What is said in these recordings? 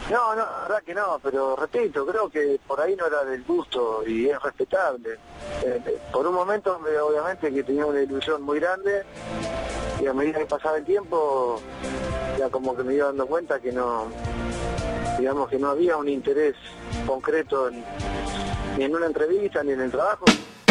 No, la verdad que no, pero repito, creo que por ahí no era del gusto y es respetable. Por un momento, obviamente, que tenía una ilusión muy grande y a medida que pasaba el tiempo, ya como que me iba dando cuenta que no, digamos que no había un interés concreto ni en una entrevista ni en el trabajo.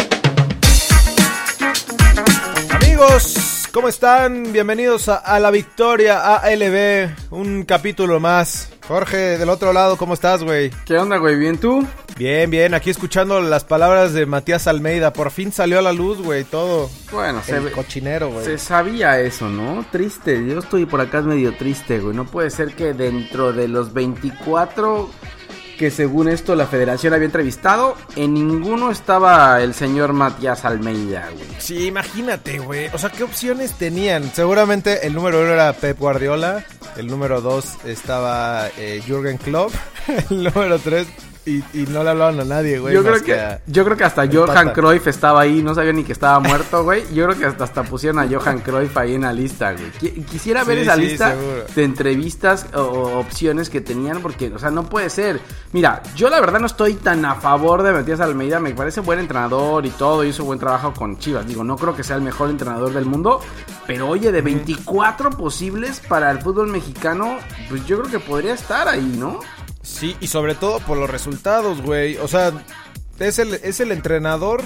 Amigos, ¿cómo están? Bienvenidos a La Victoria ALB, un capítulo más. Jorge, del otro lado, ¿cómo estás, güey? ¿Qué onda, güey? ¿Bien tú? Bien, aquí escuchando las palabras de Matías Almeida. Por fin salió a la luz, güey, todo. Bueno, el cochinero, güey. Se sabía eso, ¿no? Triste, yo estoy por acá medio triste, güey. No puede ser que dentro de los 24... que según esto la federación había entrevistado, en ninguno estaba el señor Matías Almeida, güey. Sí, imagínate, güey. O sea, ¿qué opciones tenían? Seguramente el número 1 era Pep Guardiola, el número 2 estaba Jürgen Klopp, el número 3... Y no le hablaban a nadie, güey. Yo creo que hasta Johan Cruyff estaba ahí, no sabía ni que estaba muerto, güey. Yo creo que hasta pusieron a Johan Cruyff ahí en la lista, güey. Quisiera ver esa lista seguro. De entrevistas o opciones que tenían, porque, o sea, no puede ser. Mira, yo la verdad no estoy tan a favor de Matías Almeida, me parece buen entrenador y todo, hizo buen trabajo con Chivas. Digo, no creo que sea el mejor entrenador del mundo, pero oye, de 24 posibles para el fútbol mexicano, pues yo creo que podría estar ahí, ¿no? Sí, y sobre todo por los resultados, güey. O sea, es el entrenador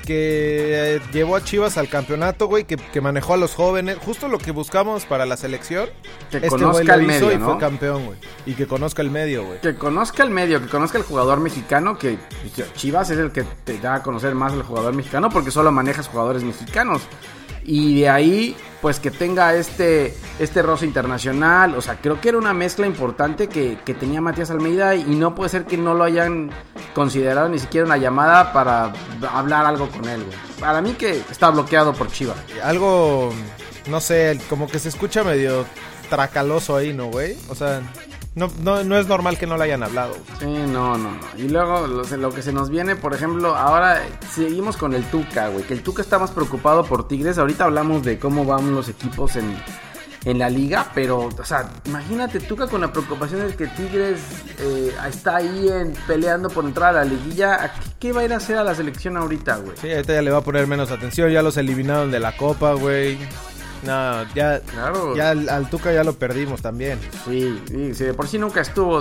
que llevó a Chivas al campeonato, güey, que manejó a los jóvenes. Justo lo que buscamos para la selección. Que conozca el medio, y ¿no? fue campeón, güey. Y que conozca el medio, güey. Que conozca el medio, que conozca el jugador mexicano, que Chivas es el que te da a conocer más el jugador mexicano porque solo manejas jugadores mexicanos. Y de ahí, pues que tenga este roce internacional. O sea, creo que era una mezcla importante que tenía Matías Almeida. Y no puede ser que no lo hayan considerado ni siquiera una llamada para hablar algo con él, güey. Para mí que está bloqueado por Chivas. Algo, no sé, como que se escucha medio tracaloso ahí, ¿no, güey? O sea... No es normal que no le hayan hablado. Sí, no. Y luego lo que se nos viene, por ejemplo, ahora seguimos con el Tuca, güey. Que el Tuca está más preocupado por Tigres. Ahorita hablamos de cómo van los equipos en la liga. Pero, o sea, imagínate Tuca con la preocupación de que Tigres está ahí peleando por entrar a la liguilla. ¿Qué va a ir a hacer a la selección ahorita, güey? Sí, ahorita ya le va a poner menos atención. Ya los eliminaron de la Copa, güey. No, ya, claro. Ya al Tuca ya lo perdimos también. Sí, de por sí nunca estuvo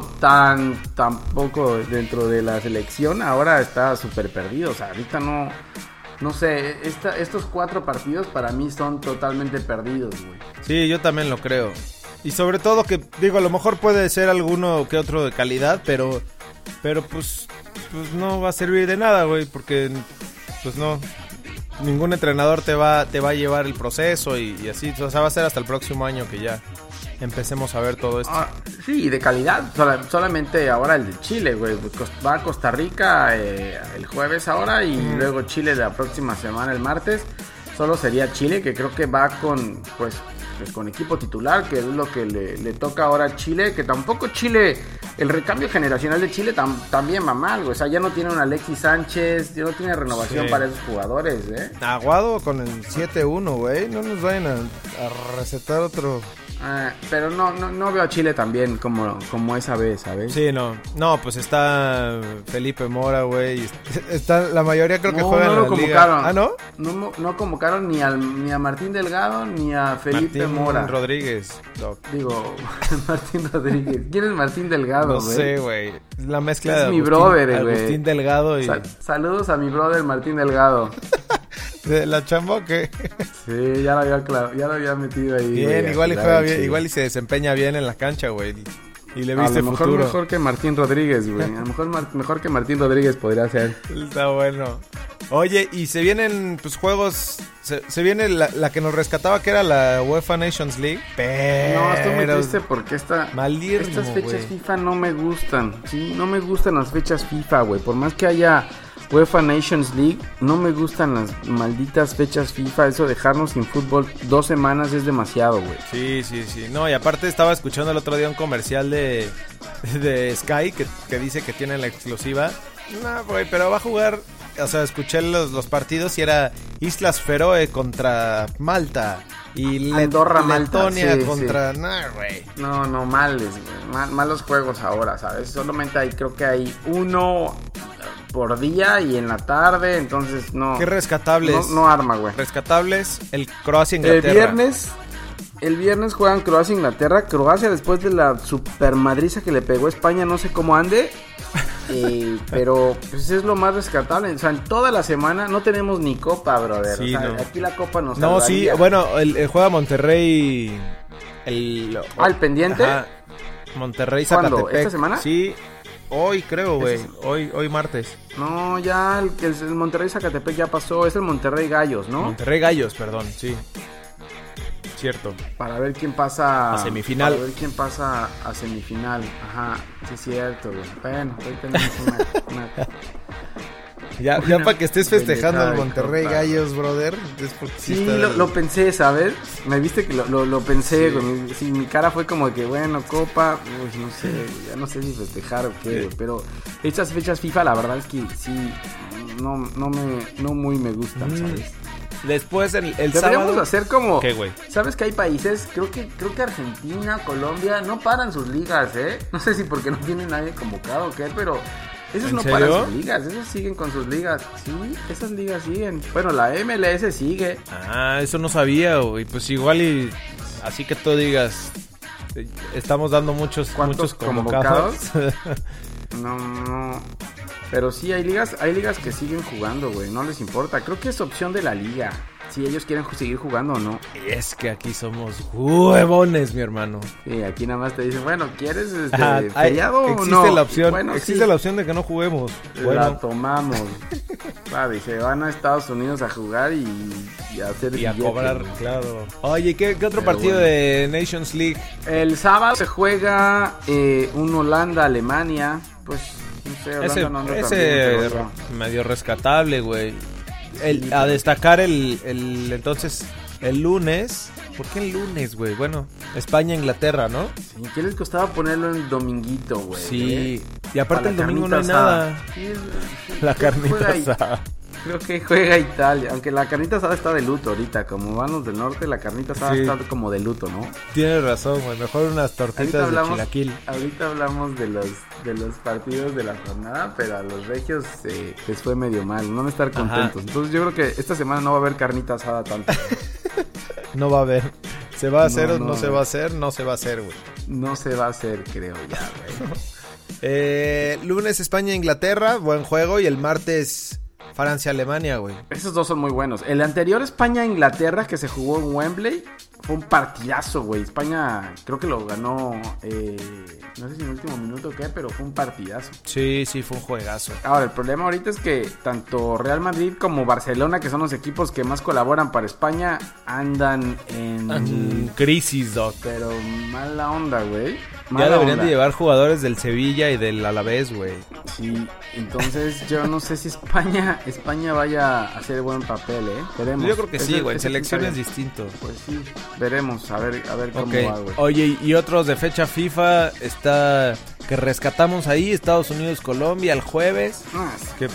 tampoco dentro de la selección. Ahora está súper perdido. O sea, ahorita no sé, estos 4 partidos para mí son totalmente perdidos, güey. Sí, yo también lo creo. Y sobre todo que, digo, a lo mejor puede ser alguno que otro de calidad, pero pues no va a servir de nada, güey, porque pues no... Ningún entrenador te va a llevar el proceso y así, o sea, va a ser hasta el próximo año que ya empecemos a ver todo esto. Sí, de calidad, solamente ahora el de Chile, güey, va a Costa Rica el jueves ahora y luego Chile la próxima semana, el martes. Solo sería Chile, que creo que va con equipo titular, que es lo que le toca ahora a Chile, que tampoco Chile, el recambio generacional de Chile también va mal, güey. O sea, ya no tiene un Alexis Sánchez, ya no tiene renovación para esos jugadores, Aguado con el 7-1, güey, no nos vayan a recetar otro... Pero no veo a Chile tan bien como esa vez, ¿sabes? Sí, no, pues está Felipe Mora, güey. Está la mayoría creo que juega en la lo convocaron. Liga. ¿Ah, no? No convocaron ni a Martín Delgado ni a Felipe Mora. Martín Rodríguez. Digo, Martín Rodríguez. ¿Quién es Martín Delgado, güey? No sé, güey. La mezcla es de mi brother, güey. Agustín Delgado y... Saludos a mi brother Martín Delgado. ¿De la chamba o qué? Sí, ya lo había metido ahí. Bien, güey, igual y juega bien, igual y se desempeña bien en la cancha, güey. Y le viste futuro. A lo mejor que Martín Rodríguez, güey. A lo mejor mejor que Martín Rodríguez podría ser. Está bueno. Oye, y se vienen pues juegos... Se viene la que nos rescataba, que era la UEFA Nations League. Pero... No, estoy muy triste porque estas fechas FIFA no me gustan. Sí, no me gustan las fechas FIFA, güey. Por más que haya... UEFA Nations League, no me gustan las malditas fechas FIFA. Eso de dejarnos sin fútbol 2 semanas es demasiado, güey. Sí. No, y aparte estaba escuchando el otro día un comercial de Sky que dice que tiene la exclusiva. No, güey, pero va a jugar... O sea, escuché los partidos y era Islas Feroe contra Malta, Y Andorra, Letonia Malta, contra... sí. Nah, güey. No, males, güey. Malos juegos ahora, ¿sabes? Solamente creo que hay uno por día y en la tarde, entonces no. Qué rescatables. No arma, güey. Rescatables, el Croacia-Inglaterra. El viernes juegan Croacia-Inglaterra. Croacia, después de la super madriza que le pegó a España, no sé cómo ande. Pero pues es lo más rescatable. O sea, en toda la semana no tenemos ni copa, brother. Sí, o sea, no. aquí la copa nos No, salvaría. sí, bueno, el juega Monterrey. ¿El pendiente? Ajá. Monterrey-Zacatepec. ¿Cuándo? ¿Esta semana? Sí, hoy creo, güey. Hoy martes. No, ya el Monterrey-Zacatepec ya pasó. Es el Monterrey-Gallos, ¿no? Monterrey-Gallos, perdón, sí. Cierto. Para ver quién pasa a semifinal. Para ver quién pasa a semifinal. Ajá, sí es cierto, güey. Bueno, hoy tenemos una... Ya para que estés festejando el Monterrey copa. Gallos, brother. Es porque sí lo pensé, ¿sabes? Me viste que lo pensé, güey. Sí, mi cara fue como que, bueno, copa. Uy, no sé, ya no sé si festejar o qué, güey. Pero estas fechas FIFA, la verdad es que sí, no muy me gustan, ¿sabes? Después el deberíamos sábado hacer como ¿qué, güey? ¿Sabes que hay países? Creo que Argentina, Colombia no paran sus ligas, ¿eh? No sé si porque no tiene nadie convocado o qué, pero esos no paran sus ligas, esos siguen con sus ligas. Sí, esas ligas siguen. Bueno, la MLS sigue. Ah, eso no sabía, güey. Pues igual y así que tú digas, estamos dando muchos convocados. No. Pero sí, hay ligas que siguen jugando, güey. No les importa. Creo que es opción de la liga. Si ellos quieren seguir jugando o no. Es que aquí somos huevones, mi hermano. Sí, aquí nada más te dicen, bueno, ¿quieres feriado o no? Existe la opción de que no juguemos. Bueno. La tomamos. Claro, y se van a Estados Unidos a jugar y a hacer y billete, a cobrar, ¿no? Claro. Oye, ¿qué otro partido de Nations League? El sábado se juega un Holanda-Alemania. Pues... Ese medio rescatable, güey. A destacar entonces el lunes. ¿Por qué el lunes, güey? Bueno, España-Inglaterra, ¿no? Sí, ¿qué les costaba ponerlo en dominguito, güey? Sí, y aparte el domingo no hay nada. Sí, la carnita asada. Creo que juega Italia, aunque la carnita asada está de luto ahorita, como van los del norte, la carnita asada está como de luto, ¿no? Tienes razón, güey, mejor unas tortitas de chilaquil. Ahorita hablamos de los partidos de la jornada, pero a los regios les fue medio mal, no van a estar contentos. Ajá. Entonces yo creo que esta semana no va a haber carnita asada tanto. No va a haber. ¿Se va a hacer o no se va a hacer? No se va a hacer, güey. No se va a hacer, creo ya, güey. Lunes España-Inglaterra, buen juego, y el martes... Francia-Alemania, güey. Esos dos son muy buenos. El anterior España-Inglaterra que se jugó en Wembley fue un partidazo, güey. España creo que lo ganó, no sé si en el último minuto o qué, pero fue un partidazo. Sí, fue un juegazo. Ahora, el problema ahorita es que tanto Real Madrid como Barcelona, que son los equipos que más colaboran para España, andan en crisis, doc. Pero mala onda, güey. Ya deberían de llevar jugadores del Sevilla y del Alavés, güey. Sí, entonces yo no sé si España vaya a hacer buen papel, Veremos. Yo creo que sí, güey. En selección es distinto. Pues sí, veremos, a ver cómo va, güey. Oye, y otros de fecha FIFA está que rescatamos ahí, Estados Unidos, Colombia, el jueves. Que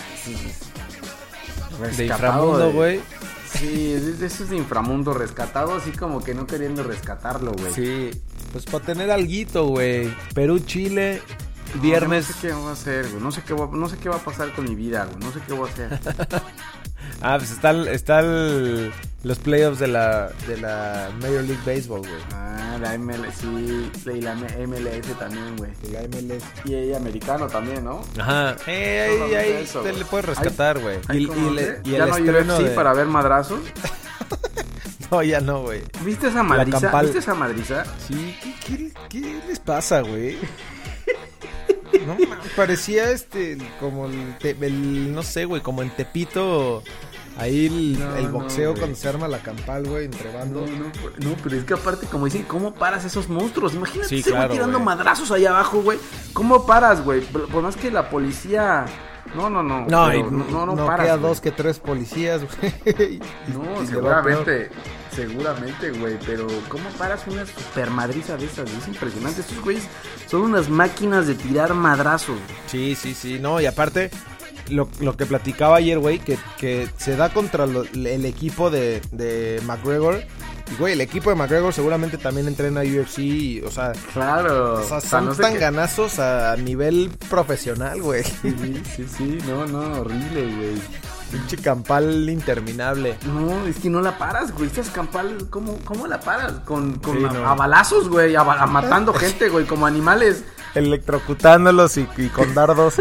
de inframundo, güey. Sí, eso es de inframundo rescatado, así como que no queriendo rescatarlo, güey. Sí, pues para tener alguito, güey. Perú, Chile, viernes. No sé qué voy a hacer, güey. No sé qué va a pasar con mi vida, güey. No sé qué voy a hacer. Pues están los playoffs de la Major League Baseball, güey. La MLS, sí, y la MLS también, güey. Y la MLS. Y el americano también, ¿no? Ajá. Ahí te le puedes rescatar, güey. Y ¿ya no hay UFC para ver madrazos? No, ya no, güey. ¿Viste esa madriza? Sí, ¿qué les pasa, güey? No, parecía como no sé, güey, como en Tepito, ahí el boxeo cuando se arma la campal, güey, entre bandos. No, pero es que aparte, como dicen, ¿cómo paras esos monstruos? Imagínate, sí, se va tirando madrazos allá abajo, güey. ¿Cómo paras, güey? Por más que la policía... No paras, queda güey. 2 que 3 policías, güey. No, seguramente, güey, pero ¿cómo paras una super madriza de esas? Es impresionante, estos güeyes son unas máquinas de tirar madrazos. Sí, no, y aparte, lo que platicaba ayer, güey, que se da contra el equipo de McGregor, güey, el equipo de McGregor seguramente también entrena UFC, o sea... Claro. O sea, son tan ganazos a nivel profesional, güey. Sí, no, horrible, güey. Pinche Campal interminable. No, es que no la paras, güey. Estás Campal, ¿cómo la paras? Con sí, a balazos, güey, matando gente, güey, como animales. Electrocutándolos y con dardos,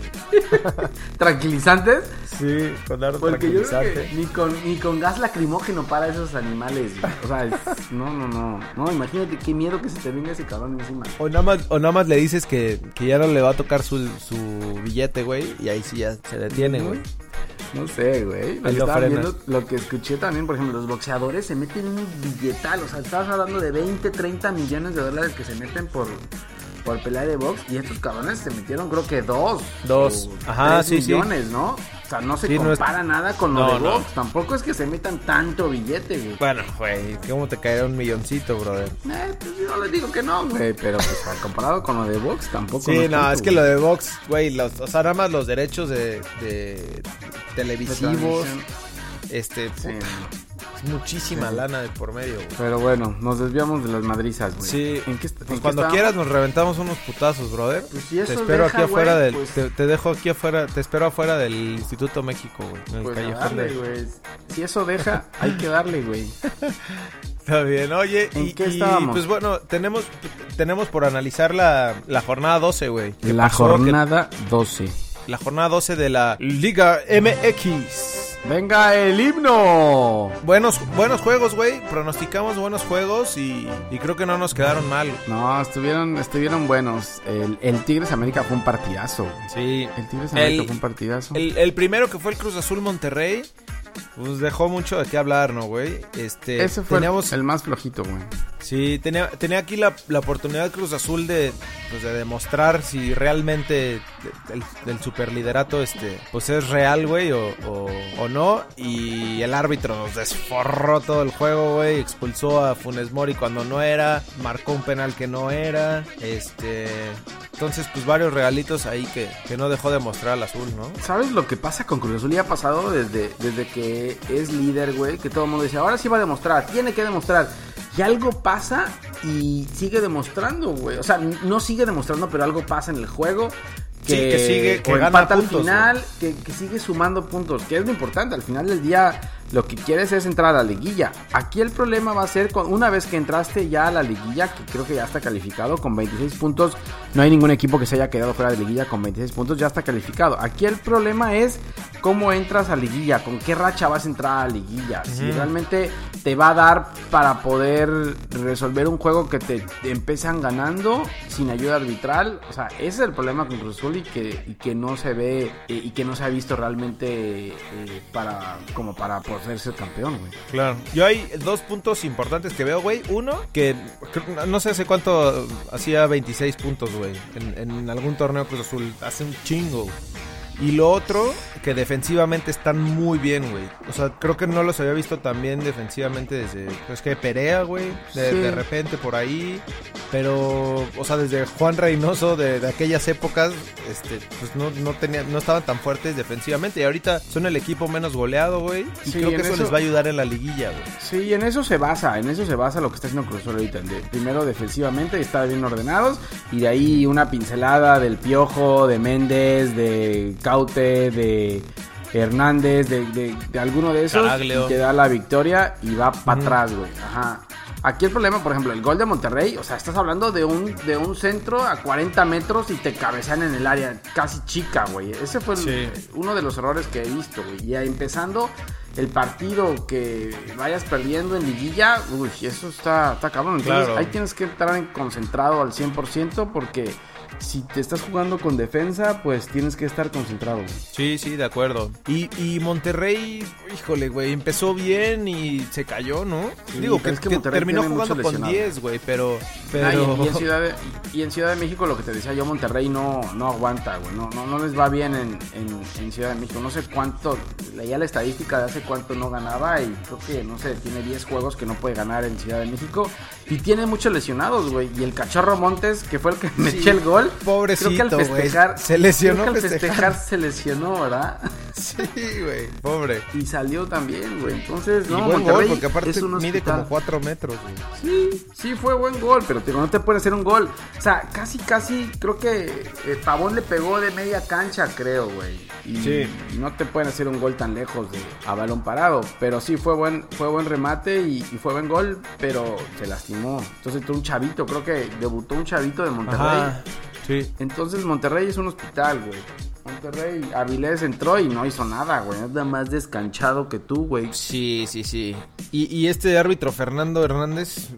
¿Tranquilizantes? Sí, con dardos tranquilizantes. Porque yo creo que ni con gas lacrimógeno para esos animales, güey. O sea, no, imagínate qué miedo que se te venga ese cabrón encima. O nada más le dices que ya no le va a tocar su billete, güey, y ahí sí ya se detiene, güey. No sé, güey. Lo que escuché también, por ejemplo, los boxeadores se meten un billetal. O sea, estabas hablando de 20, 30 millones de dólares que se meten por pelea de box. Y estos cabrones se metieron, creo que 2. Ajá, 3 millones, sí. ¿no? O sea, no se compara nada con lo de box. Tampoco es que se metan tanto billete, güey. Bueno, güey, ¿cómo te caerá un milloncito, brother? Pues yo les digo que no, güey. Pero pues comparado con lo de box, tampoco. Sí, es que lo de box, güey, o sea, nada más los derechos de televisivos. Sí. Es muchísima lana de por medio, güey. Pero bueno, nos desviamos de las madrizas, güey. Sí. Pues cuando quieras nos reventamos unos putazos, brother. Pues si eso te espero deja, aquí afuera güey, del pues... te dejo aquí afuera, te espero afuera del Instituto México, güey. En el pues callejón güey. Si eso deja, hay que darle, güey. Está bien, oye, ¿En qué estábamos? Pues bueno, tenemos por analizar la jornada 12, güey. La jornada 12. La jornada 12 de la Liga MX. ¡Venga el himno! Buenos juegos, güey. Pronosticamos buenos juegos y creo que no nos quedaron mal. No, estuvieron buenos. El Tigres América fue un partidazo. Sí. El Tigres América fue un partidazo. El primero que fue el Cruz Azul Monterrey, pues dejó mucho de qué hablar, ¿no, güey? Ese fue el más flojito, güey. Sí, tenía aquí la oportunidad Cruz Azul de demostrar si realmente el superliderato pues es real, güey, o no. Y el árbitro nos desforró todo el juego, güey. Expulsó a Funes Mori cuando no era, marcó un penal que no era. Entonces, pues varios regalitos ahí que no dejó de mostrar al azul, ¿no? ¿Sabes lo que pasa con Cruz Azul? Ya ha pasado desde que es líder, güey, que todo el mundo dice, ahora sí va a demostrar, tiene que demostrar. Y algo pasa y sigue demostrando, güey. O sea, no sigue demostrando, pero algo pasa en el juego. Que sigue, que gana puntos, al final, que sigue sumando puntos, que es lo importante. Al final del día, lo que quieres es entrar a la liguilla. Aquí el problema va a ser una vez que entraste ya a la liguilla, que creo que ya está calificado con 26 puntos. No hay ningún equipo que se haya quedado fuera de liguilla con 26 puntos, ya está calificado. Aquí el problema es cómo entras a liguilla, con qué racha vas a entrar a liguilla. Si realmente te va a dar para poder resolver un juego que te empiezan ganando sin ayuda arbitral. O sea, ese es el problema con Cruz Azul y que no se ve y que no se ha visto realmente para poder ser campeón, güey. Claro. Yo hay 2 puntos importantes que veo, güey. Uno, que no sé hace cuánto hacía 26 puntos, güey. En algún torneo Cruz Azul. Hace un chingo. Y lo otro, que defensivamente están muy bien, güey. O sea, creo que no los había visto tan bien defensivamente desde, pues que Perea, güey. De repente por ahí. Pero, o sea, desde Juan Reynoso de aquellas épocas, pues no estaban tan fuertes defensivamente. Y ahorita son el equipo menos goleado, güey. Y creo que eso les va a ayudar en la liguilla, güey. Sí, en eso se basa lo que está haciendo Cruz Azul ahorita. Primero defensivamente, estar bien ordenados. Y de ahí una pincelada del Piojo, de Méndez, de Caute, de Hernández, de alguno de esos. Caraglio. Y te da la victoria y va para atrás, güey. Ajá. Aquí el problema, por ejemplo, el gol de Monterrey, o sea, estás hablando de un centro a 40 metros y te cabecean en el área casi chica, güey. Ese fue uno de los errores que he visto, güey. Y empezando el partido que vayas perdiendo en liguilla, uy, eso está cabrón. Entonces claro. Ahí tienes que estar concentrado al 100% porque si te estás jugando con defensa, pues tienes que estar concentrado. Sí, de acuerdo. Y Monterrey, híjole, güey, empezó bien y se cayó, ¿no? Sí, digo que terminó jugando con 10, güey, pero... Y en Ciudad de México, lo que te decía yo, Monterrey no aguanta, güey. No les va bien en Ciudad de México. No sé cuánto, leía la estadística de hace cuánto no ganaba y creo que, no sé, tiene 10 juegos que no puede ganar en Ciudad de México. Y tiene muchos lesionados, güey. Y el Cachorro Montes, que fue el que metió el gol. Pobrecito, creo que al festejar, se lesionó. Creo que al festejar se lesionó, ¿verdad? Sí, güey, pobre. Y salió también, güey. Entonces, no, y buen Monterrey gol, porque aparte mide como 4 metros, güey. Sí, fue buen gol, pero no te puede hacer un gol. O sea, casi, creo que Pavón le pegó de media cancha, creo, güey. Y no te pueden hacer un gol tan lejos a balón parado. Pero sí, fue buen remate y fue buen gol, pero se lastimó. Entonces, un chavito, creo que debutó un chavito de Monterrey. Ajá, sí. Entonces, Monterrey es un hospital, güey. Monterrey, Avilés entró y no hizo nada, güey. Es más descanchado que tú, güey. Sí. Y este árbitro Fernando Hernández,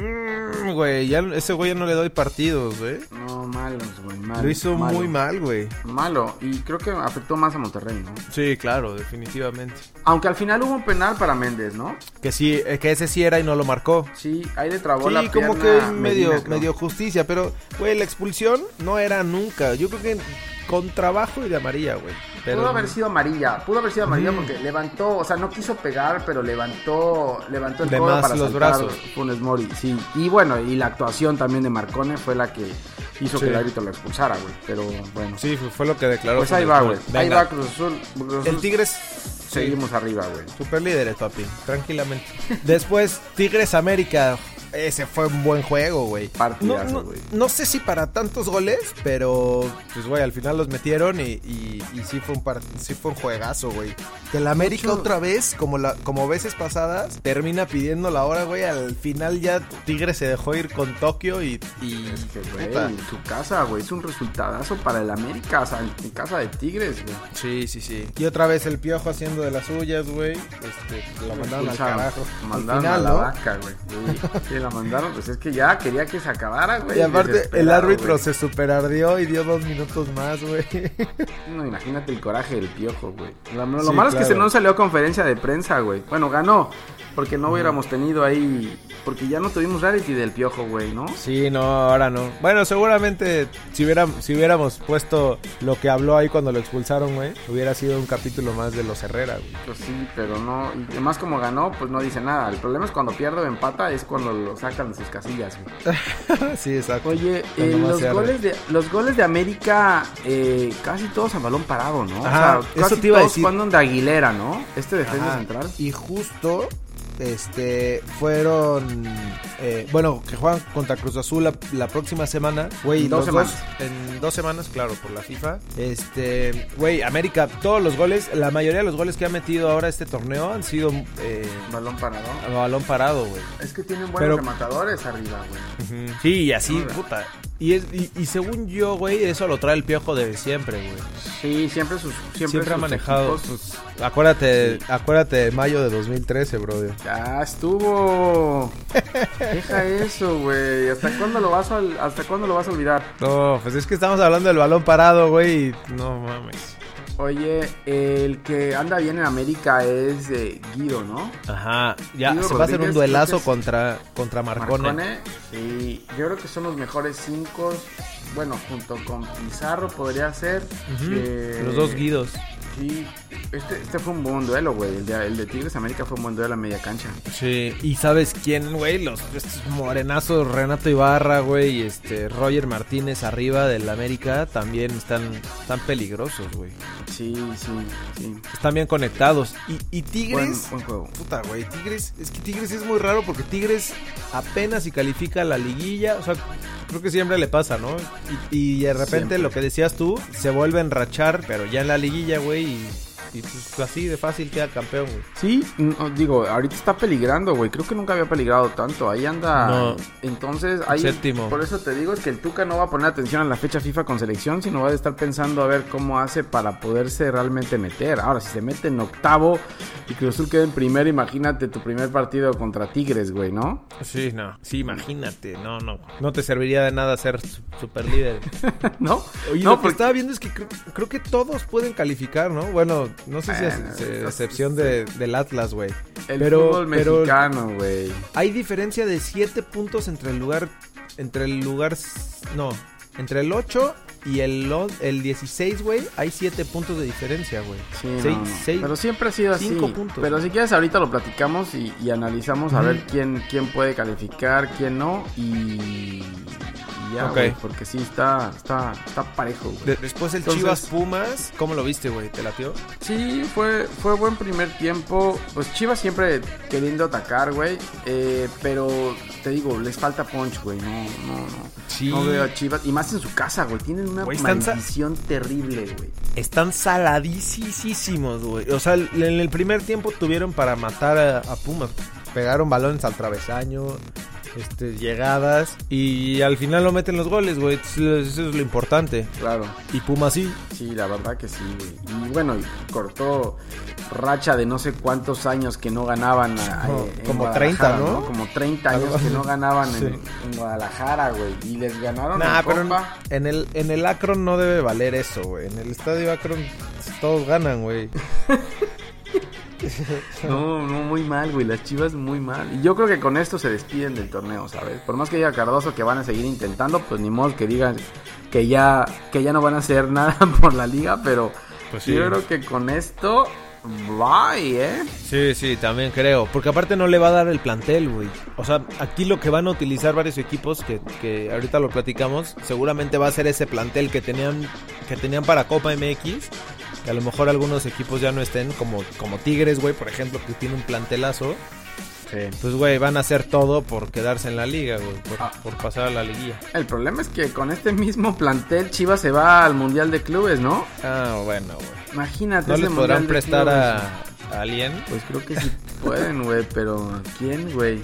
güey, ya ese güey ya no le doy partidos, güey. No, malos, güey, malo. Lo hizo muy mal, güey. Malo, y creo que afectó más a Monterrey, ¿no? Sí, claro, definitivamente. Aunque al final hubo un penal para Méndez, ¿no? Que sí, que ese sí era y no lo marcó. Sí, ahí le trabó la pierna. Sí, como que medio justicia, pero, güey, la expulsión no era nunca. Yo creo que con trabajo y de amarilla, güey. Pero... Pudo haber sido amarilla porque levantó, o sea, no quiso pegar, pero levantó el codo para los saltar brazos. Funes Mori, sí. Y bueno, y la actuación también de Marcone fue la que hizo que el árbitro lo expulsara, güey. Pero bueno. Sí, fue lo que declaró. Pues ahí va, güey. Ahí va Cruz Azul. El Tigres... Seguimos arriba, güey. Super líderes, papi. Tranquilamente. Después, Tigres América. Ese fue un buen juego, güey. Partidazo, güey. No sé si para tantos goles, pero pues, güey, al final los metieron y sí fue un juegazo, güey. Que el América otra vez, como veces pasadas, termina pidiendo la hora, güey. Al final ya Tigres se dejó ir con Tokio y es que, güey, en su casa, güey, es un resultadazo para el América, o sea, en casa de Tigres, güey. Sí. Y otra vez el Piojo haciendo de las suyas, güey. Lo mandaron al carajo. Mandaron al final, a la vaca, güey. Sí, la mandaron, pues es que ya quería que se acabara, güey. Y aparte el árbitro se superardió y dio 2 minutos más, güey. No, imagínate el coraje del Piojo, güey. Lo malo es que no salió a conferencia de prensa, güey. Bueno, ganó, porque no hubiéramos tenido ahí, porque ya no tuvimos reality del Piojo, güey, ¿no? Sí, no, ahora no. Bueno, seguramente si hubiéramos puesto lo que habló ahí cuando lo expulsaron, güey, hubiera sido un capítulo más de los Herrera, güey. Pues sí, pero no, y además como ganó, pues no dice nada. El problema es cuando pierde o empata, es cuando lo sacan de sus casillas, güey. Sí, exacto. Oye, los goles de América, casi todos a balón parado, ¿no? Ajá, o sea, casi eso te iba a decir. Cuando de Aguilera, ¿no? Defensa central. Y justo fueron bueno, que juegan contra Cruz Azul la próxima semana, güey, en 2 semanas, claro, por la FIFA. Güey, América, todos los goles, la mayoría de los goles que ha metido ahora este torneo han sido balón parado, güey. Es que tienen buenos rematadores arriba, güey. Sí, y así, puta. Y según yo, güey, eso lo trae el Piojo desde siempre, güey. Sí, siempre ha manejado. Pues, acuérdate de mayo de 2013, brother. Ya estuvo. Deja eso, güey. ¿Hasta cuándo lo vas a olvidar? No, pues es que estamos hablando del balón parado, güey. No mames. Oye, el que anda bien en América es Guido, ¿no? Ajá, ya Guido se Rodríguez, va a hacer un duelazo contra Marcone. Sí, yo creo que son los mejores 5. Bueno, junto con Pizarro podría ser. Los dos Guidos. Sí, este fue un buen duelo, güey. El de Tigres América fue un buen duelo a media cancha. Sí, y ¿sabes quién, güey? Estos morenazos, Renato Ibarra, güey, y Roger Martínez arriba del América también están peligrosos, güey. Sí. Están bien conectados. Y Tigres, buen juego. Puta, güey, Tigres es muy raro porque Tigres apenas si califica a la liguilla, o sea, creo que siempre le pasa, ¿no? Y de repente siempre. Lo que decías tú, se vuelve a enrachar, pero ya en la liguilla, güey, y pues así de fácil queda campeón, güey. Sí, digo, ahorita está peligrando, güey. Creo que nunca había peligrado tanto. Ahí anda. No. Entonces, ahí. Séptimo. Por eso te digo, es que el Tuca no va a poner atención a la fecha FIFA con selección, sino va a estar pensando a ver cómo hace para poderse realmente meter. Ahora, si se mete en octavo y Cruz Azul queda en primero, imagínate tu primer partido contra Tigres, güey, ¿no? Sí, no. Sí, imagínate. No. No te serviría de nada ser super líder. ¿No? Oye, lo que estaba viendo es que creo que todos pueden calificar, ¿no? Bueno, no sé si es excepción del Atlas, güey. Fútbol mexicano, güey. Hay diferencia de 7 puntos entre el 8 y el 16, güey. Hay 7 puntos de diferencia, güey. Sí, 6, pero siempre ha sido 5 puntos. Pero si quieres ahorita lo platicamos y analizamos a ver quién puede calificar, quién no. Y Y ya, güey, porque sí, está parejo, güey. Después el Chivas Pumas, ¿cómo lo viste, güey? ¿Te latió? Sí, fue buen primer tiempo. Pues Chivas siempre queriendo atacar, güey. Pero te digo, les falta punch, güey. No. Sí. No veo a Chivas. Y más en su casa, güey. Tienen una maldición terrible, güey. Están saladísimos, güey. O sea, en el primer tiempo tuvieron para matar a Pumas. Pegaron balones al travesaño, llegadas, y al final lo meten los goles, güey. Eso es lo importante. Claro. Y Pumas sí. Sí, la verdad que sí, güey. Y bueno, cortó racha de no sé cuántos años que no ganaban como 30, ¿no? Como 30 años que no ganaban en Guadalajara, güey. Y les ganaron en Copa. Pero en el Akron no debe valer eso, güey. En el estadio Akron todos ganan, güey. No, muy mal, güey. Las Chivas muy mal. Y yo creo que con esto se despiden del torneo, ¿sabes? Por más que diga Cardoso que van a seguir intentando, pues ni modo que digan que ya no van a hacer nada por la liga, pero pues sí. Yo creo que con esto bye, Sí, también creo. Porque aparte no le va a dar el plantel, güey. O sea, aquí lo que van a utilizar varios equipos, que ahorita lo platicamos, seguramente va a ser ese plantel que tenían para Copa MX. Que a lo mejor algunos equipos ya no estén, como Tigres, güey, por ejemplo, que tiene un plantelazo. Sí. Pues, güey, van a hacer todo por quedarse en la liga, güey, por pasar a la liguilla. El problema es que con este mismo plantel Chivas se va al Mundial de Clubes, ¿no? Ah, bueno, güey. Imagínate. ¿No les podrán prestar a alguien? Pues creo que sí pueden, güey, pero ¿a quién, güey?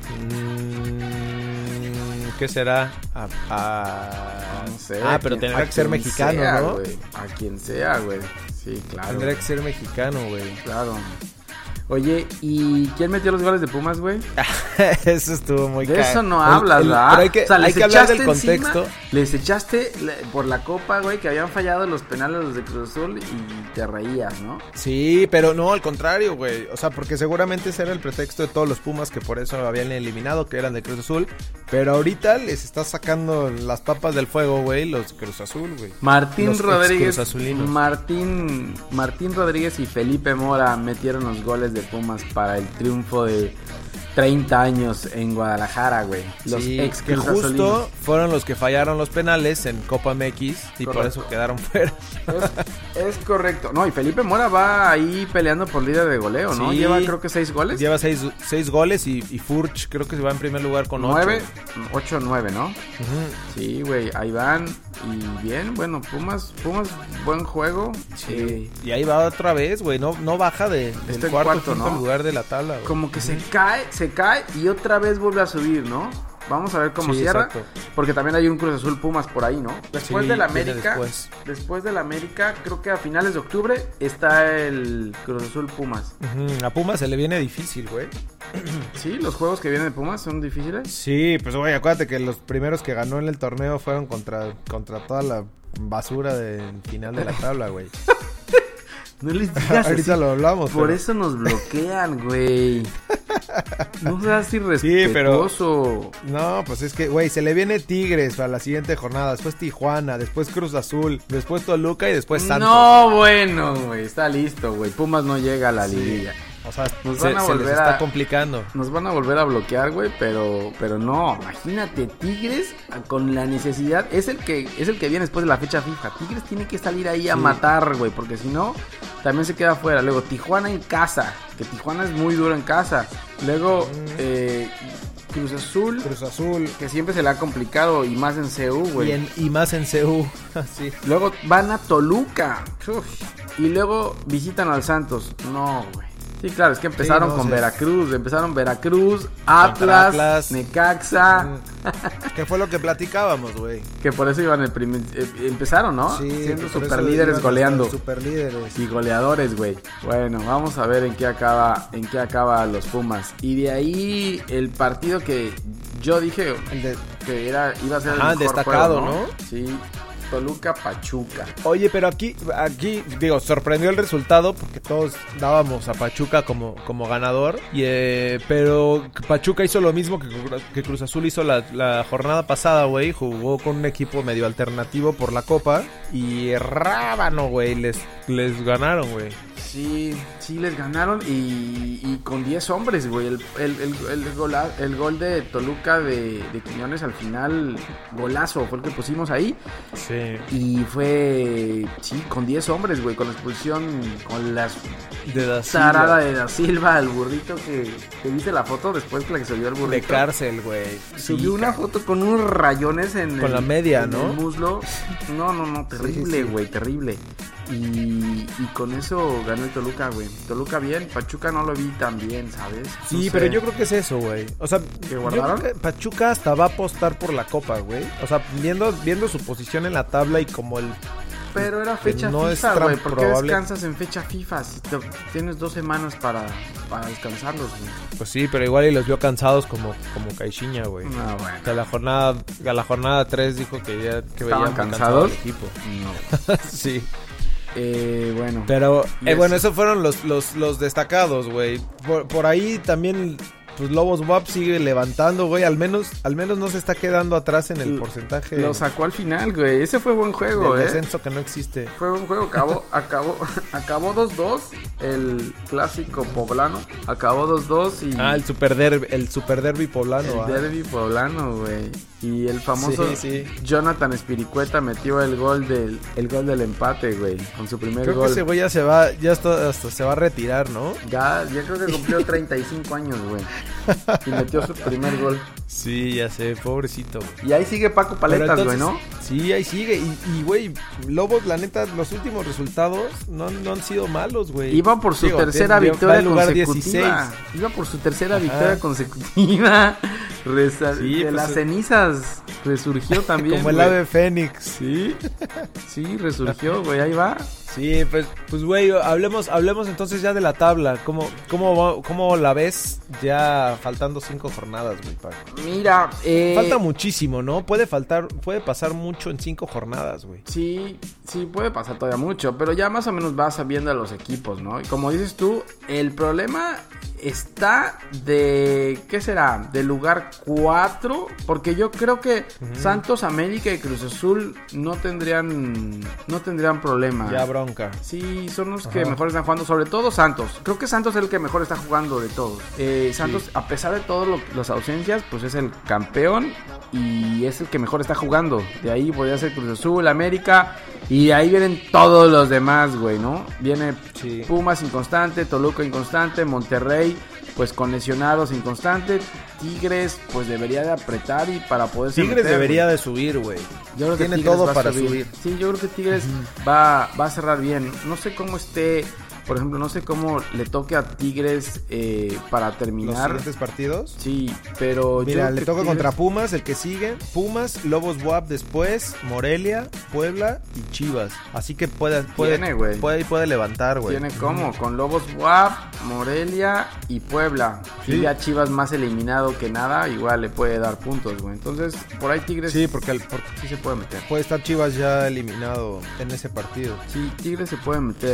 ¿Qué será? No sé. Pero tendrá que ser mexicano, sea, ¿no? Güey. A quien sea, güey. Sí, claro. Tendrá que ser mexicano, güey. Claro. Oye, ¿y quién metió los goles de Pumas, güey? Eso estuvo muy caro. De eso no hablas, ¿verdad? Pero hay que hablar del contexto. Les echaste por la copa, güey, que habían fallado los penales los de Cruz Azul y te reías, ¿no? Sí, pero no, al contrario, güey. O sea, porque seguramente ese era el pretexto de todos los Pumas que por eso habían eliminado, que eran de Cruz Azul. Pero ahorita les está sacando las papas del fuego, güey, los Cruz Azul, güey. Martín Rodríguez y Felipe Mora metieron los goles de Pumas para el triunfo de 30 años en Guadalajara, güey. Los ex que justo fueron los que fallaron los penales en Copa MX y correcto. Por eso quedaron fuera. Es correcto. No, y Felipe Mora va ahí peleando por líder de goleo, ¿no? Sí, lleva creo que 6 goles. Lleva 6 goles y Furch creo que se va en primer lugar con 8, 9, ¿no? Uh-huh. Sí, güey, ahí van. Y bien, bueno, Pumas, buen juego. Sí. Y ahí va otra vez, güey, no baja del cuarto ¿no? lugar de la tabla, güey. Como que se cae y otra vez vuelve a subir, ¿no? Vamos a ver cómo cierra. Exacto. Porque también hay un Cruz Azul Pumas por ahí, ¿no? Después del América. Después del América, creo que a finales de octubre está el Cruz Azul Pumas. Uh-huh. A Pumas se le viene difícil, güey. Sí, los juegos que vienen de Pumas son difíciles. Sí, pues güey, acuérdate que los primeros que ganó en el torneo fueron contra toda la basura del final de la tabla, güey. No les digas ahorita lo hablamos. Por eso nos bloquean, güey. No seas irrespetuoso. Sí, pero no, pues es que, güey, se le viene Tigres para la siguiente jornada. Después Tijuana, después Cruz Azul, después Toluca y después Santos. No, bueno, güey, está listo, güey. Pumas no llega a la liguilla. O sea, se les está complicando. Nos van a volver a bloquear, güey, pero no. Imagínate, Tigres con la necesidad. Es el que viene después de la fecha FIFA. Tigres tiene que salir ahí a matar, güey, porque si no, también se queda fuera. Luego, Tijuana en casa, que Tijuana es muy duro en casa. Luego, Cruz Azul, que siempre se le ha complicado, y más en CU, güey. Y más en CU, sí. Luego van a Toluca. Y luego visitan al Santos. No, güey. Sí, claro, es que empezaron con Veracruz. Empezaron Veracruz, Atlas, Necaxa. ¿Qué fue lo que platicábamos, güey? Que por eso iban empezaron, ¿no? Sí. Siendo superlíderes, goleando. Superlíderes. Y goleadores, güey. Bueno, vamos a ver en qué acaba los Pumas. Y de ahí el partido que yo dije que iba a ser el mejor destacado, juego, ¿no? Sí. Toluca Pachuca. Oye, pero aquí digo, sorprendió el resultado porque todos dábamos a Pachuca como ganador, pero Pachuca hizo lo mismo que Cruz Azul hizo la jornada pasada, güey. Jugó con un equipo medio alternativo por la Copa y rábano, güey, les ganaron, güey. Sí, Sí, les ganaron y con 10 hombres, güey. El gol de Toluca de Quiñones al final, golazo, fue el que pusimos ahí. Sí. Y fue, sí, con 10 hombres, güey, con la expulsión, con las de Da Silva. Tarada de Da Silva, el burrito que viste la foto después que la que subió el burrito. De cárcel, güey. Subió una foto con unos rayones con la media, ¿no? El muslo. No, terrible, güey, terrible. Y con eso ganó el Toluca, güey. Toluca bien, Pachuca no lo vi tan bien, ¿sabes? Sí, no sé. pero yo creo que es eso, güey. O sea, ¿que guardaron? Yo creo que Pachuca hasta va a apostar por la Copa, güey. O sea, viendo su posición en la tabla y como el... Pero era fecha no FIFA, güey. ¿Por qué probable... descansas en fecha FIFA? Si tienes 2 semanas para descansarlos, güey. Pues sí, pero igual y los vio cansados como Caixinha, güey. No, bueno. Que a la jornada 3 dijo que ¿estaban cansados? El equipo. No. Sí. Bueno. Pero, bueno, esos fueron los destacados, güey. Por ahí también... Pues Lobos WAP sigue levantando, güey. Al menos no se está quedando atrás en el porcentaje. Lo sacó al final, güey. Ese fue buen juego, del descenso que no existe. Fue buen juego. Acabó 2-2. El clásico poblano. Acabó 2-2 y... el super derby poblano. El derby poblano, güey. Y el famoso Jonathan Espiricueta metió el gol del empate, güey. Con su primer gol. Creo que ese güey ya hasta se va a retirar, ¿no? Ya creo que cumplió 35 años, güey. Y metió su primer gol. Sí, ya sé, pobrecito, güey. Y ahí sigue Paco Paletas, güey, ¿no? Sí, ahí sigue. Y, güey, Lobos, la neta, los últimos resultados no han sido malos, güey. Iba por su tercera victoria consecutiva. 16. Iba por su tercera victoria consecutiva. De las cenizas resurgió también. Como el ave fénix. Sí, resurgió, güey, ahí va. Sí, pues güey, hablemos entonces ya de la tabla. ¿Cómo la ves ya faltando 5 jornadas, güey, Paco? Mira, falta muchísimo, ¿no? Puede pasar mucho en 5 jornadas, güey. Sí, puede pasar todavía mucho, pero ya más o menos vas sabiendo a los equipos, ¿no? Y como dices tú, el problema está ¿qué será? Del lugar 4, porque yo creo que Santos, América y Cruz Azul no tendrían problema. Ya bronca. Sí, son los que mejor están jugando, sobre todo Santos. Creo que Santos es el que mejor está jugando de todos. Santos, a pesar de todas las ausencias, pues es el campeón y es el que mejor está jugando. De ahí podría ser Cruz Azul, América, y de ahí vienen todos los demás, güey, ¿no? Viene Pumas inconstante, Toluca inconstante, Monterrey pues con lesionados inconstante, Tigres pues debería de apretar y para poder Tigres debería de subir, güey. Yo creo que tiene Tigres todo para subir. Sí, yo creo que Tigres va a cerrar bien. No sé cómo esté, por ejemplo, no sé cómo le toque a Tigres para terminar los siguientes partidos. Sí, pero mira, le toca contra Pumas, el que sigue, Pumas, Lobos WAP después, Morelia, Puebla y Chivas. Así que puede levantar, güey. Tiene como con Lobos WAP, Morelia y Puebla. Sí. Y ya Chivas más eliminado que nada, igual le puede dar puntos, güey. Entonces, por ahí Tigres porque sí se puede meter. Puede estar Chivas ya eliminado en ese partido. Sí, Tigres se puede meter.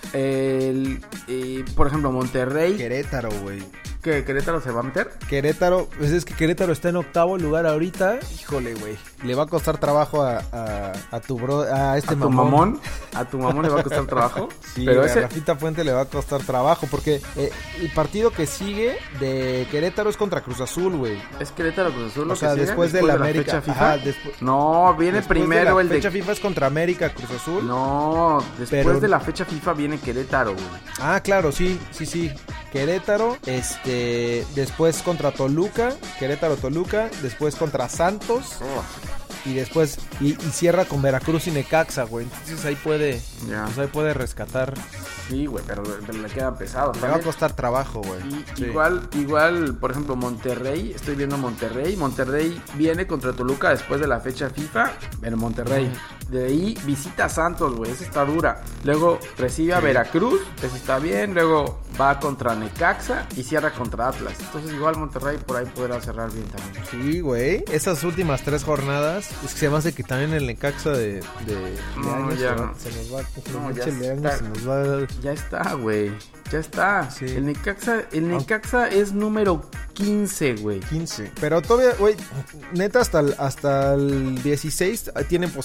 Por ejemplo, Monterrey. Querétaro, güey. ¿Qué? ¿Querétaro se va a meter? Querétaro, pues es que Querétaro está en 8º lugar ahorita. Híjole, güey. Le va a costar trabajo a tu mamón. ¿A tu mamón le va a costar trabajo? Sí, pero a Rafita Puente le va a costar trabajo porque el partido que sigue de Querétaro es contra Cruz Azul, güey. ¿Es Querétaro Cruz Azul? O sea, después de la América. Fecha FIFA. No, viene primero el de... fecha FIFA es contra América, Cruz Azul. No, después de la fecha FIFA viene Querétaro, güey. Ah, claro, sí. Querétaro, después contra Toluca, Querétaro-Toluca, después contra Santos, y después y cierra con Veracruz y Necaxa, güey. Entonces ahí puede rescatar. Sí, güey, pero le queda pesado. Le va a costar trabajo, güey. Sí. Igual, por ejemplo, Monterrey, estoy viendo Monterrey viene contra Toluca después de la fecha FIFA, en Monterrey. De ahí visita a Santos, güey, esa está dura. Luego recibe a Veracruz, esa está bien. Luego va contra Necaxa y cierra contra Atlas. Entonces igual Monterrey por ahí podrá cerrar bien también. Sí, güey, esas últimas 3 jornadas, es que se me hace que también el Necaxa de años se nos va. Ya está, güey. Ya está. Sí. El Necaxa es número 15, güey. 15. Pero todavía, güey, neta hasta el 16 tienen posibilidades de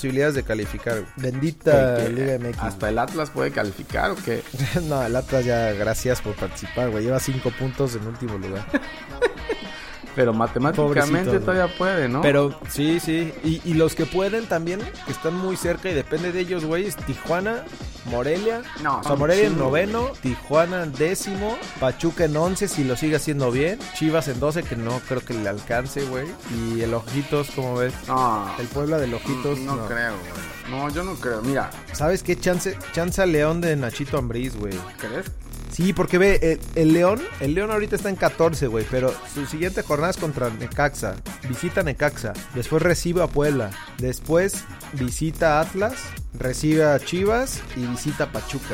calificar, güey. Bendita Liga MX. ¿Hasta el Atlas puede calificar o qué? No, el Atlas ya, gracias por participar, güey. Lleva 5 puntos en último lugar. Pero matemáticamente todavía puede, ¿no? Pero sí. Y los que pueden también, que están muy cerca y depende de ellos, güey, es Tijuana, Morelia. No, o sea, Morelia en 9º, Tijuana en 10º, Pachuca en 11 si lo sigue haciendo bien, Chivas en 12 que no creo que le alcance, güey. Y el Ojitos, ¿cómo ves? No. El Puebla del Ojitos. No creo, güey. No, yo no creo. Mira. ¿Sabes qué? Chance León de Nachito Ambriz, güey. ¿Crees? Sí, porque ve, el León ahorita está en 14, güey, pero su siguiente jornada es contra Necaxa, visita Necaxa, después recibe a Puebla, después visita a Atlas, recibe a Chivas y visita a Pachuca,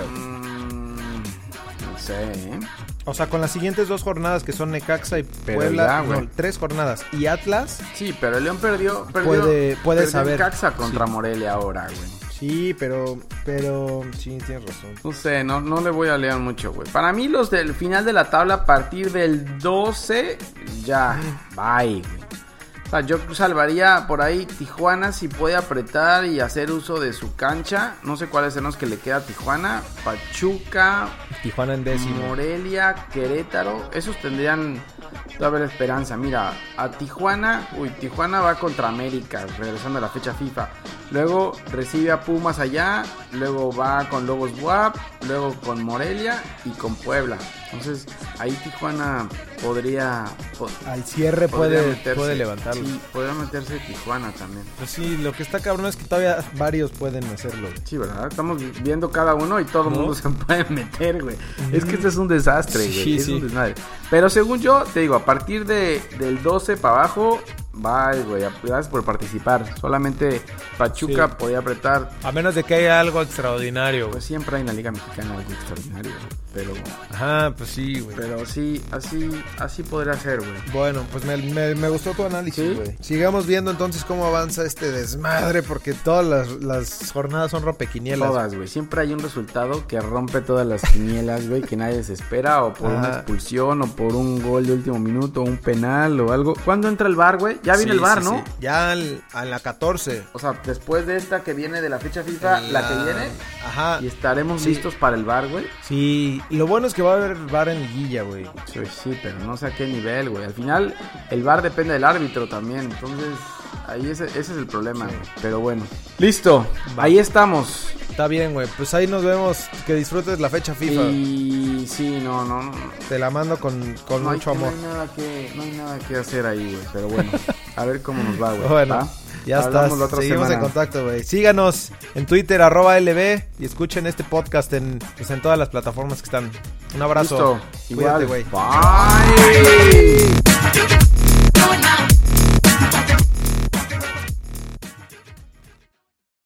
no sé, ¿eh? O sea, con las siguientes 2 jornadas que son Necaxa y Puebla, no, 3 jornadas, y Atlas... Sí, pero el León perdió puede saber. Necaxa contra Morelia ahora, güey. Sí, pero sí, tienes razón. No sé, no le voy a leer mucho, güey. Para mí los del final de la tabla a partir del 12, ya, bye, güey. O sea, yo salvaría por ahí Tijuana si puede apretar y hacer uso de su cancha. No sé cuáles son los que le queda a Tijuana. Pachuca, Tijuana en 10º, Morelia, Querétaro. Esos tendrían todavía esperanza. Mira, a Tijuana, Tijuana va contra América, regresando a la fecha FIFA. Luego recibe a Pumas allá, luego va con Lobos WAP, luego con Morelia y con Puebla. Entonces, ahí Tijuana podría... Al cierre puede levantarlo. Sí, podría meterse Tijuana también. Pues sí, lo que está cabrón es que todavía varios pueden hacerlo. Sí, ¿verdad? Estamos viendo cada uno y todo el mundo se puede meter, güey. Es que este es un desastre, güey. Es un desmadre. Pero según yo, te digo, a partir del 12 para abajo... Bye, güey, gracias por participar. Solamente Pachuca podía apretar. A menos de que haya algo extraordinario, pues siempre hay en la Liga Mexicana algo extraordinario, pero... Ajá, pues sí, güey. Pero sí, así podría ser, güey. Bueno, pues me gustó tu análisis, güey. Sigamos viendo entonces cómo avanza este desmadre, porque todas las jornadas son rompequinielas. Todas, güey. Siempre hay un resultado que rompe todas las quinielas, güey, que nadie se espera, o por una expulsión, o por un gol de último minuto, o un penal, o algo. ¿Cuándo entra el VAR, güey? Ya viene el VAR, ¿no? Sí. Ya a la 14. O sea, después de esta que viene de la fecha FIFA, la que viene. Ajá. Y estaremos listos para el VAR, güey. Sí, lo bueno es que va a haber VAR en liguilla, güey. Sí, pero no sé a qué nivel, güey. Al final, el VAR depende del árbitro también. Entonces, ahí ese es el problema, güey. Pero bueno. Listo. Ahí estamos. Está bien, güey. Pues ahí nos vemos. Que disfrutes la fecha FIFA. Y sí, no. Te la mando con mucho amor. No hay nada que hacer ahí, güey. Pero bueno, a ver cómo nos va, güey. Bueno, ¿va? Ya estás. Seguimos en contacto, güey. Síganos en Twitter, @LB. Y escuchen este podcast en todas las plataformas que están. Un abrazo. Listo. Cuídate, güey. Bye.